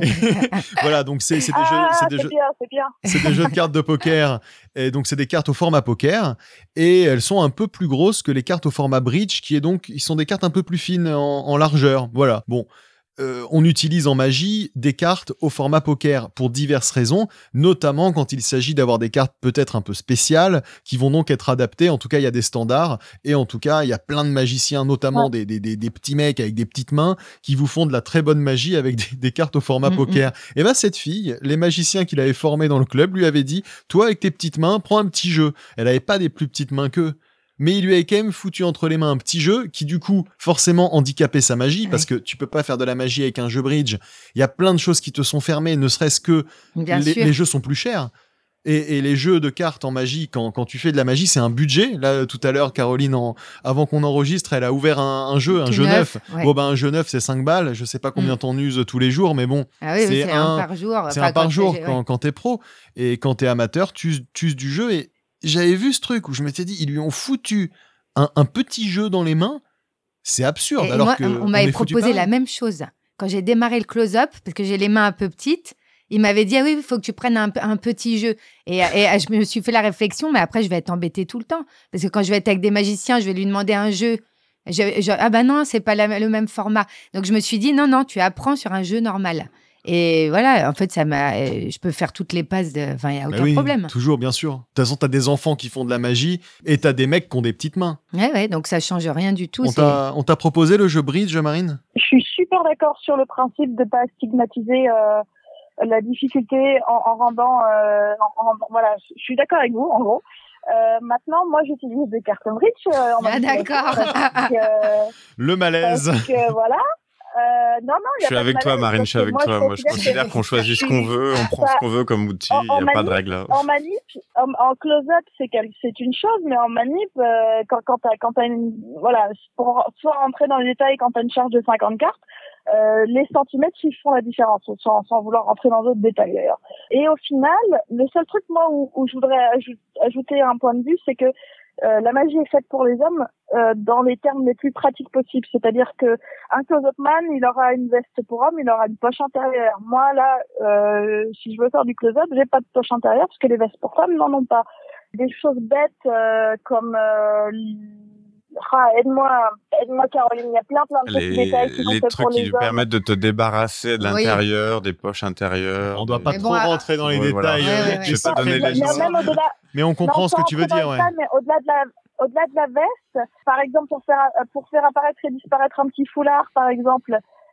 Voilà, donc c'est des jeux. C'est des jeux de cartes de poker. Et donc, c'est des cartes au format poker. Et elles sont un peu plus grosses que les cartes au format bridge, ils sont des cartes un peu plus fines en largeur. Voilà. Bon. On utilise en magie des cartes au format poker pour diverses raisons, notamment quand il s'agit d'avoir des cartes peut-être un peu spéciales qui vont donc être adaptées. En tout cas, il y a des standards et en tout cas, il y a plein de magiciens, notamment des petits mecs avec des petites mains qui vous font de la très bonne magie avec des cartes au format poker. Et cette fille, les magiciens qu'il avait formés dans le club lui avaient dit « Toi, avec tes petites mains, prends un petit jeu. » Elle avait pas des plus petites mains qu'eux. Mais il lui avait quand même foutu entre les mains un petit jeu qui, du coup, forcément handicapait sa magie, parce que tu peux pas faire de la magie avec un jeu bridge. Il y a plein de choses qui te sont fermées, ne serait-ce que les jeux sont plus chers. Et les jeux de cartes en magie, quand tu fais de la magie, c'est un budget. Là, tout à l'heure, Caroline, avant qu'on enregistre, elle a ouvert un jeu neuf. Ouais. Bon, un jeu neuf, c'est 5 balles. Je sais pas combien t'en uses tous les jours, mais bon. C'est un par jour. C'est un par jour quand t'es pro. Et quand t'es amateur, tu uses du jeu. Et j'avais vu ce truc où je m'étais dit, ils lui ont foutu un petit jeu dans les mains. C'est absurde. Alors on m'avait proposé la même chose. Quand j'ai démarré le close-up, parce que j'ai les mains un peu petites, il m'avait dit, oui, il faut que tu prennes un petit jeu. Et je me suis fait la réflexion, mais après, je vais être embêtée tout le temps. Parce que quand je vais être avec des magiciens, je vais lui demander un jeu Ah bah non, c'est pas le même format. Donc je me suis dit non, tu apprends sur un jeu normal. Et voilà, en fait, je peux faire toutes les passes. Enfin, il y a aucun problème. Toujours, bien sûr. De toute façon, t'as des enfants qui font de la magie et t'as des mecs qui ont des petites mains. Ouais, donc ça change rien du tout. On t'a proposé le jeu Bridge, Marine ? Je suis super d'accord sur le principe de pas stigmatiser la difficulté en rendant. Voilà, je suis d'accord avec vous, en gros. Maintenant, moi, j'utilise des cartes Bridge. D'accord. Le malaise. Voilà. Non, je suis avec toi, Marine, je suis avec toi. Moi, je considère qu'on choisit ce qu'on veut, on prend ce qu'on veut comme outil, il n'y a pas de règle. En manip, en close-up, c'est une chose, mais en manip, quand t'as une, voilà, pour soit rentrer dans les détails, quand t'as une charge de 50 cartes, les centimètres, ils font la différence, sans vouloir rentrer dans d'autres détails, d'ailleurs. Et au final, le seul truc, moi, où je voudrais ajouter un point de vue, c'est que la magie est faite pour les hommes dans les termes les plus pratiques possibles. C'est-à-dire que un close-up man, il aura une veste pour homme, il aura une poche intérieure. Moi, là, si je veux faire du close-up, j'ai pas de poche intérieure parce que les vestes pour femmes n'en ont pas. Des choses bêtes comme... aide-moi Caroline, il y a plein de petits détails qui sont faits pour les hommes. Les trucs qui permettent de te débarrasser de l'intérieur, des poches intérieures. On doit pas trop rentrer dans les détails. Je vais pas donner les mais on comprend ce que tu veux dire. Mais au-delà de la veste, par exemple, pour faire apparaître et disparaître un petit foulard, par exemple,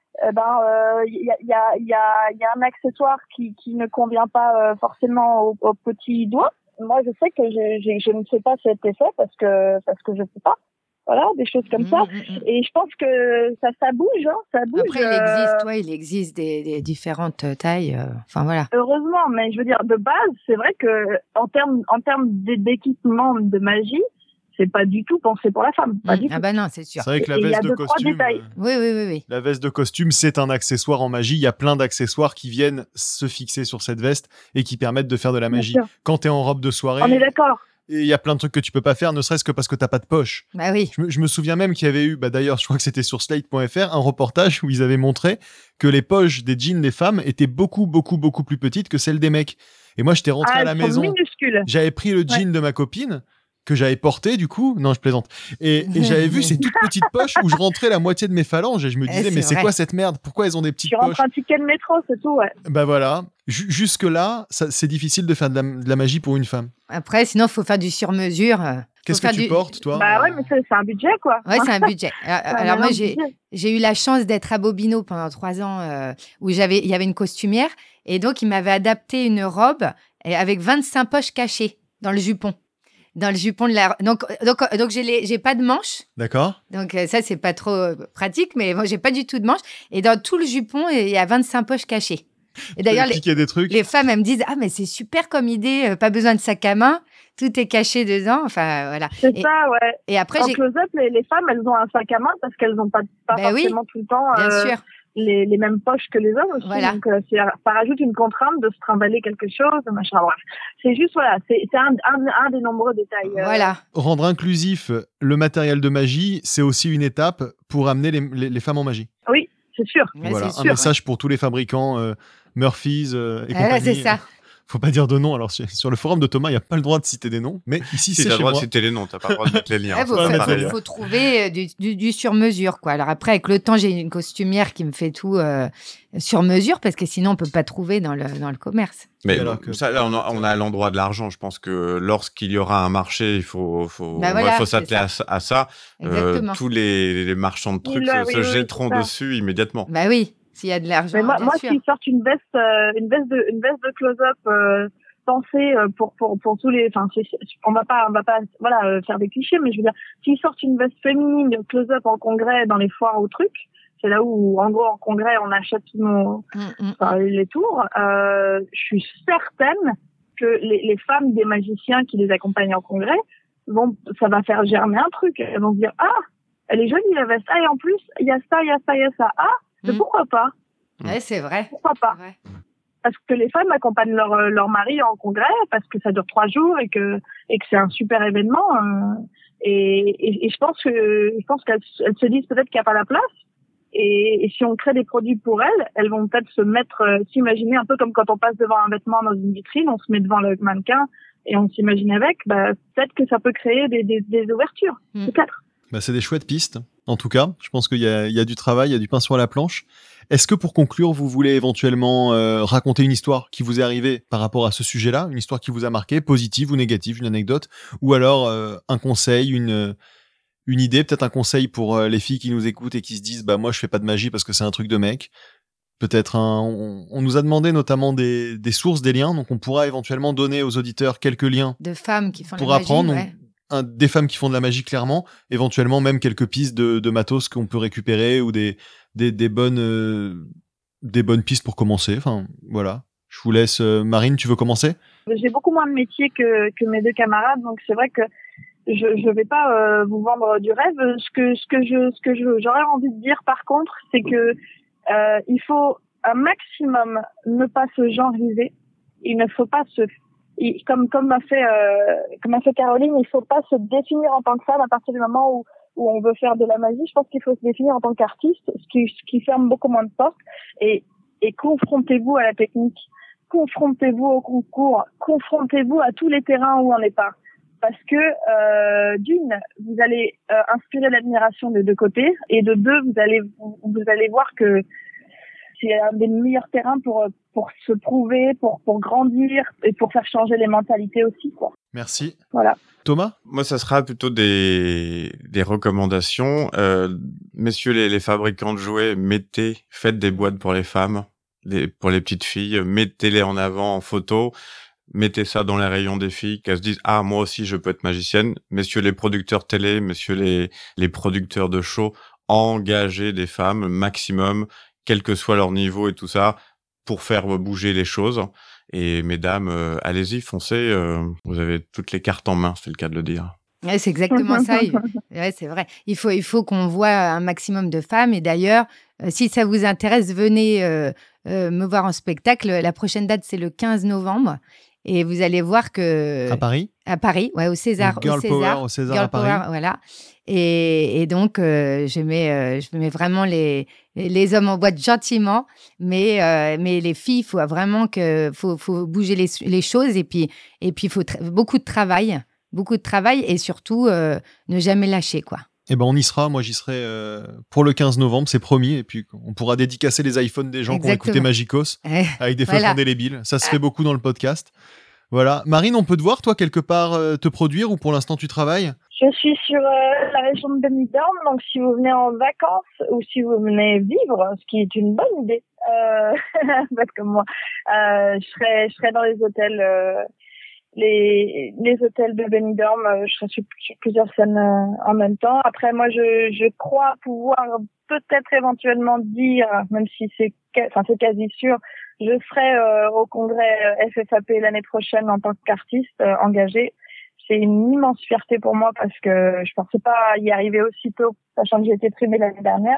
il y a un accessoire qui ne convient pas forcément au petit doigt. Moi, je sais que je ne fais pas cet effet parce que je peux pas. Voilà, des choses comme ça. Et je pense que ça bouge, ça bouge. Après, il existe des différentes tailles. Enfin, voilà. Heureusement, mais je veux dire, de base, c'est vrai que en termes d'équipement de magie, c'est pas du tout pensé pour la femme. Pas du tout. Ah bah non, c'est sûr. C'est vrai que la veste de costume. Oui. La veste de costume, c'est un accessoire en magie. Il y a plein d'accessoires qui viennent se fixer sur cette veste et qui permettent de faire de la magie. Quand t'es en robe de soirée. On est d'accord. Et il y a plein de trucs que tu peux pas faire, ne serait-ce que parce que t'as pas de poche. Bah oui. Je me souviens même qu'il y avait eu, d'ailleurs, je crois que c'était sur Slate.fr, un reportage où ils avaient montré que les poches des jeans des femmes étaient beaucoup plus petites que celles des mecs. Et moi, j'étais rentré à la maison. Minuscules. J'avais pris le jean de ma copine que j'avais porté du coup, non je plaisante, et j'avais vu ces toutes petites poches où je rentrais la moitié de mes phalanges et je me disais mais c'est quoi cette merde, pourquoi elles ont des petites poches? Tu rentres un ticket de métro, c'est tout, ouais. Bah voilà, jusque là c'est difficile de faire de la magie pour une femme. Après sinon faut faire du sur-mesure. Qu'est-ce que tu portes toi? Bah ouais, mais c'est un budget quoi. Ouais, c'est un budget. Alors moi j'ai eu la chance d'être à Bobino pendant 3 ans où il y avait une costumière et donc il m'avait adapté une robe avec 25 poches cachées dans le jupon. Dans le jupon de la... Donc j'ai pas de manches. D'accord. Donc ça, c'est pas trop pratique, mais moi, j'ai pas du tout de manches. Et dans tout le jupon, il y a 25 poches cachées. Et d'ailleurs, les femmes, elles me disent « Ah, mais c'est super comme idée, pas besoin de sac à main, tout est caché dedans. » Enfin, voilà. C'est ça, ouais. Et après, en close-up, les femmes, elles ont un sac à main parce qu'elles n'ont pas forcément tout le temps... bien sûr. Les mêmes poches que les hommes aussi. Voilà. Donc, ça rajoute une contrainte de se trimballer quelque chose, machin. Bref. C'est juste, voilà, c'est un des nombreux détails. Voilà. Rendre inclusif le matériel de magie, c'est aussi une étape pour amener les femmes en magie. Oui, c'est sûr. Ouais, voilà, c'est un sûr, message pour tous les fabricants Murphy's et compagnie. Ouais, c'est ça. Faut pas dire de nom. Alors, sur le forum de Thomas, il n'y a pas le droit de citer des noms. Mais ici, c'est chez moi. Tu as le droit de citer les noms, tu n'as pas le droit de mettre les liens. Il faut trouver du sur-mesure, quoi. Alors après, avec le temps, j'ai une costumière qui me fait tout sur-mesure parce que sinon, on ne peut pas trouver dans le commerce. Mais ça, là, on a l'endroit de l'argent. Je pense que lorsqu'il y aura un marché, il faut s'atteler à ça. Tous les marchands de trucs se jetteront dessus immédiatement. Bah oui. S'il y a de l'argent. Mais moi s'ils sortent une veste de close-up pensée pour tous les, enfin, on va pas, voilà, faire des clichés, mais je veux dire, s'ils sortent une veste féminine de close-up en congrès dans les foires ou trucs, c'est là où, en gros, en congrès, on achète les tours. Je suis certaine que les femmes des magiciens qui les accompagnent en congrès ça va faire germer un truc. Elles vont se dire, ah, elle est jolie la veste. Ah, et en plus, il y a ça. Ah. Mais pourquoi pas? Ouais, c'est vrai. Pourquoi pas? Parce que les femmes accompagnent leur mari en congrès, parce que ça dure 3 jours et que c'est un super événement. Et je pense qu'elles se disent peut-être qu'il n'y a pas la place. Et si on crée des produits pour elles vont peut-être s'imaginer un peu comme quand on passe devant un vêtement dans une vitrine, on se met devant le mannequin et on s'imagine avec. Peut-être que ça peut créer des ouvertures. Peut-être. C'est des chouettes pistes. en tout cas. Je pense qu'il y a du travail, il y a du pain sur la planche. Est-ce que pour conclure, vous voulez éventuellement raconter une histoire qui vous est arrivée par rapport à ce sujet-là, une histoire qui vous a marqué, positive ou négative, une anecdote, ou alors un conseil, une idée, peut-être un conseil pour les filles qui nous écoutent et qui se disent moi je fais pas de magie parce que c'est un truc de mec. Peut-être on nous a demandé notamment des sources, des liens, donc on pourra éventuellement donner aux auditeurs quelques liens de femmes qui font pour la magie, apprendre. ouais. Des femmes qui font de la magie clairement, éventuellement même quelques pistes de matos qu'on peut récupérer ou des bonnes pistes pour commencer. Enfin voilà. Je vous laisse. Marine, tu veux commencer? J'ai beaucoup moins de métiers que mes deux camarades, donc c'est vrai que je vais pas vous vendre du rêve. J'aurais envie de dire par contre, c'est que il faut un maximum ne pas se genreiser. Il ne faut pas comme a fait Caroline, il faut pas se définir en tant que femme à partir du moment où on veut faire de la magie. Je pense qu'il faut se définir en tant qu'artiste, ce qui ferme beaucoup moins de portes. Et confrontez-vous à la technique, confrontez-vous au concours, confrontez-vous à tous les terrains où on n'est pas. Parce que d'une, vous allez inspirer l'admiration des deux côtés, et de deux, vous allez voir que c'est un des meilleurs terrains pour se prouver, pour grandir et pour faire changer les mentalités aussi, quoi. Merci. Voilà. Thomas? Moi, ça sera plutôt des recommandations. Messieurs les fabricants de jouets, faites des boîtes pour les femmes, pour les petites filles, mettez-les en avant en photo, mettez ça dans les rayons des filles, qu'elles se disent « Ah, moi aussi, je peux être magicienne ». Messieurs les producteurs télé, messieurs les producteurs de shows, engagez des femmes maximum, quel que soit leur niveau et tout ça, pour faire bouger les choses. Et mesdames, allez-y, foncez, vous avez toutes les cartes en main, c'est le cas de le dire. Ouais, c'est exactement ça. Ouais, c'est vrai. Il faut qu'on voit un maximum de femmes. Et d'ailleurs, si ça vous intéresse, venez me voir en spectacle. La prochaine date, c'est le 15 novembre. Et vous allez voir que... À Paris? À Paris, ouais, au César. Girl Power au César à Paris. Power, voilà. Et donc, je mets vraiment les hommes en boîte gentiment, mais les filles, il faut vraiment faut bouger les choses. Et puis il faut beaucoup de travail et surtout ne jamais lâcher, quoi. Eh ben on y sera, moi j'y serai pour le 15 novembre, c'est promis, et puis on pourra dédicacer les iPhones des gens qui ont écouté Magicos avec des feuilles indélébiles, ça se fait beaucoup dans le podcast. Voilà. Marine, on peut te voir, toi, quelque part te produire, ou pour l'instant tu travailles? Je suis sur la région de Benidorm, donc si vous venez en vacances ou si vous venez vivre, ce qui est une bonne idée, faites comme moi, je serai dans les hôtels les hôtels de Benidorm, je serai sur plusieurs scènes en même temps. Après, moi, je crois pouvoir peut-être éventuellement dire, même si c'est quasi sûr, je serai au congrès FFAP l'année prochaine en tant qu'artiste engagée. C'est une immense fierté pour moi parce que je pensais pas y arriver aussitôt, sachant que j'ai été primée l'année dernière.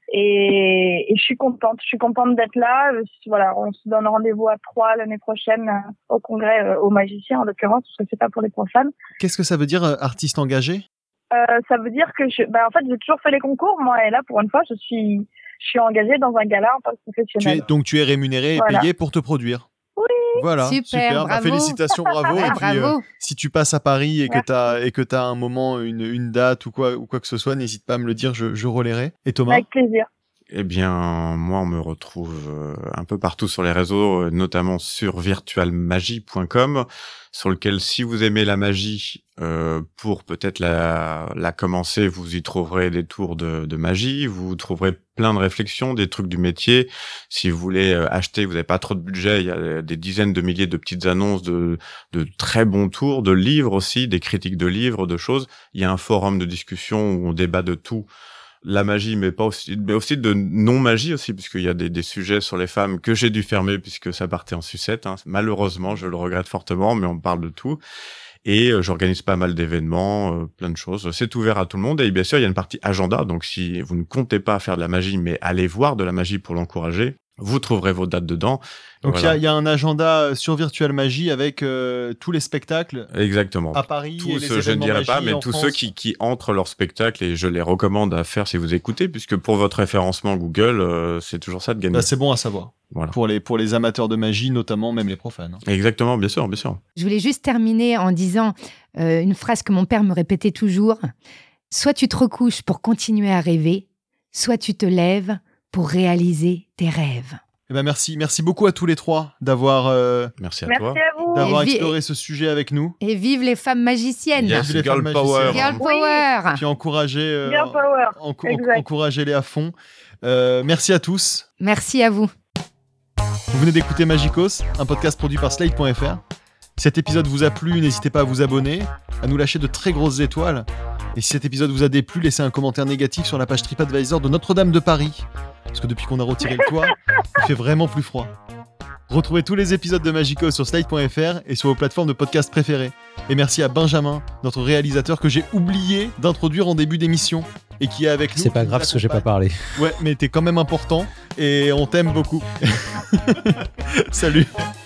Et je suis contente d'être là. Voilà, on se donne rendez-vous à 3 l'année prochaine au congrès aux magiciens en l'occurrence, parce que c'est pas pour les profanes. Qu'est-ce que ça veut dire artiste engagé? Ça veut dire que en fait j'ai toujours fait les concours moi, et là pour une fois je suis engagée dans un gala en tant que professionnelle. Donc tu es rémunérée et payée pour te produire. Voilà, super. Bravo. Félicitations, bravo. Ouais, et puis, bravo. Si tu passes à Paris et que t'as un moment, une date ou quoi que ce soit, n'hésite pas à me le dire, je relayerai. Et Thomas? Avec plaisir. Eh bien, moi, on me retrouve un peu partout sur les réseaux, notamment sur virtualmagie.com, sur lequel, si vous aimez la magie, pour peut-être la commencer, vous y trouverez des tours de magie, vous trouverez plein de réflexions, des trucs du métier. Si vous voulez acheter, vous n'avez pas trop de budget, il y a des dizaines de milliers de petites annonces de très bons tours, de livres aussi, des critiques de livres, de choses. Il y a un forum de discussion où on débat de tout. La magie, mais aussi de non-magie aussi, puisqu'il y a des sujets sur les femmes que j'ai dû fermer puisque ça partait en sucette, hein. Malheureusement, je le regrette fortement, mais on parle de tout. Et j'organise pas mal d'événements, plein de choses. C'est ouvert à tout le monde. Et bien sûr, il y a une partie agenda. Donc, si vous ne comptez pas faire de la magie, mais allez voir de la magie pour l'encourager, vous trouverez vos dates dedans. Donc, voilà. Il y a un agenda sur Virtual Magie avec tous les spectacles. Exactement. À Paris. Tous, et les je ne dirais pas, mais tous France. ceux qui entrent leur spectacle, et je les recommande à faire si vous écoutez, puisque pour votre référencement Google, c'est toujours ça de gagner. C'est bon à savoir. Voilà. Pour les amateurs de magie, notamment, même les profanes. Exactement, bien sûr, bien sûr. Je voulais juste terminer en disant une phrase que mon père me répétait toujours. Soit tu te recouches pour continuer à rêver, soit tu te lèves pour réaliser tes rêves. Eh ben merci beaucoup à tous les trois d'avoir Merci à Merci toi. à vous. d'avoir Et exploré ce sujet avec nous. Et vive les femmes magiciennes. Yes, Les girl femmes power. magiciennes. Girl power. Puis encourager, Girl power. Exact. encouragez-les à fond. Merci à tous. Merci à vous. Vous venez d'écouter Magicos, un podcast produit par Slate.fr. Si cet épisode vous a plu, n'hésitez pas à vous abonner, à nous lâcher de très grosses étoiles. Et si cet épisode vous a déplu, laissez un commentaire négatif sur la page TripAdvisor de Notre-Dame de Paris. Parce que depuis qu'on a retiré le toit, il fait vraiment plus froid. Retrouvez tous les épisodes de Magicos sur Slate.fr et sur vos plateformes de podcast préférées. Et merci à Benjamin, notre réalisateur que j'ai oublié d'introduire en début d'émission et qui est avec nous. C'est pas qui grave nous parce que j'ai pas accompagne. parlé. Ouais, mais t'es quand même important et on t'aime beaucoup. Salut.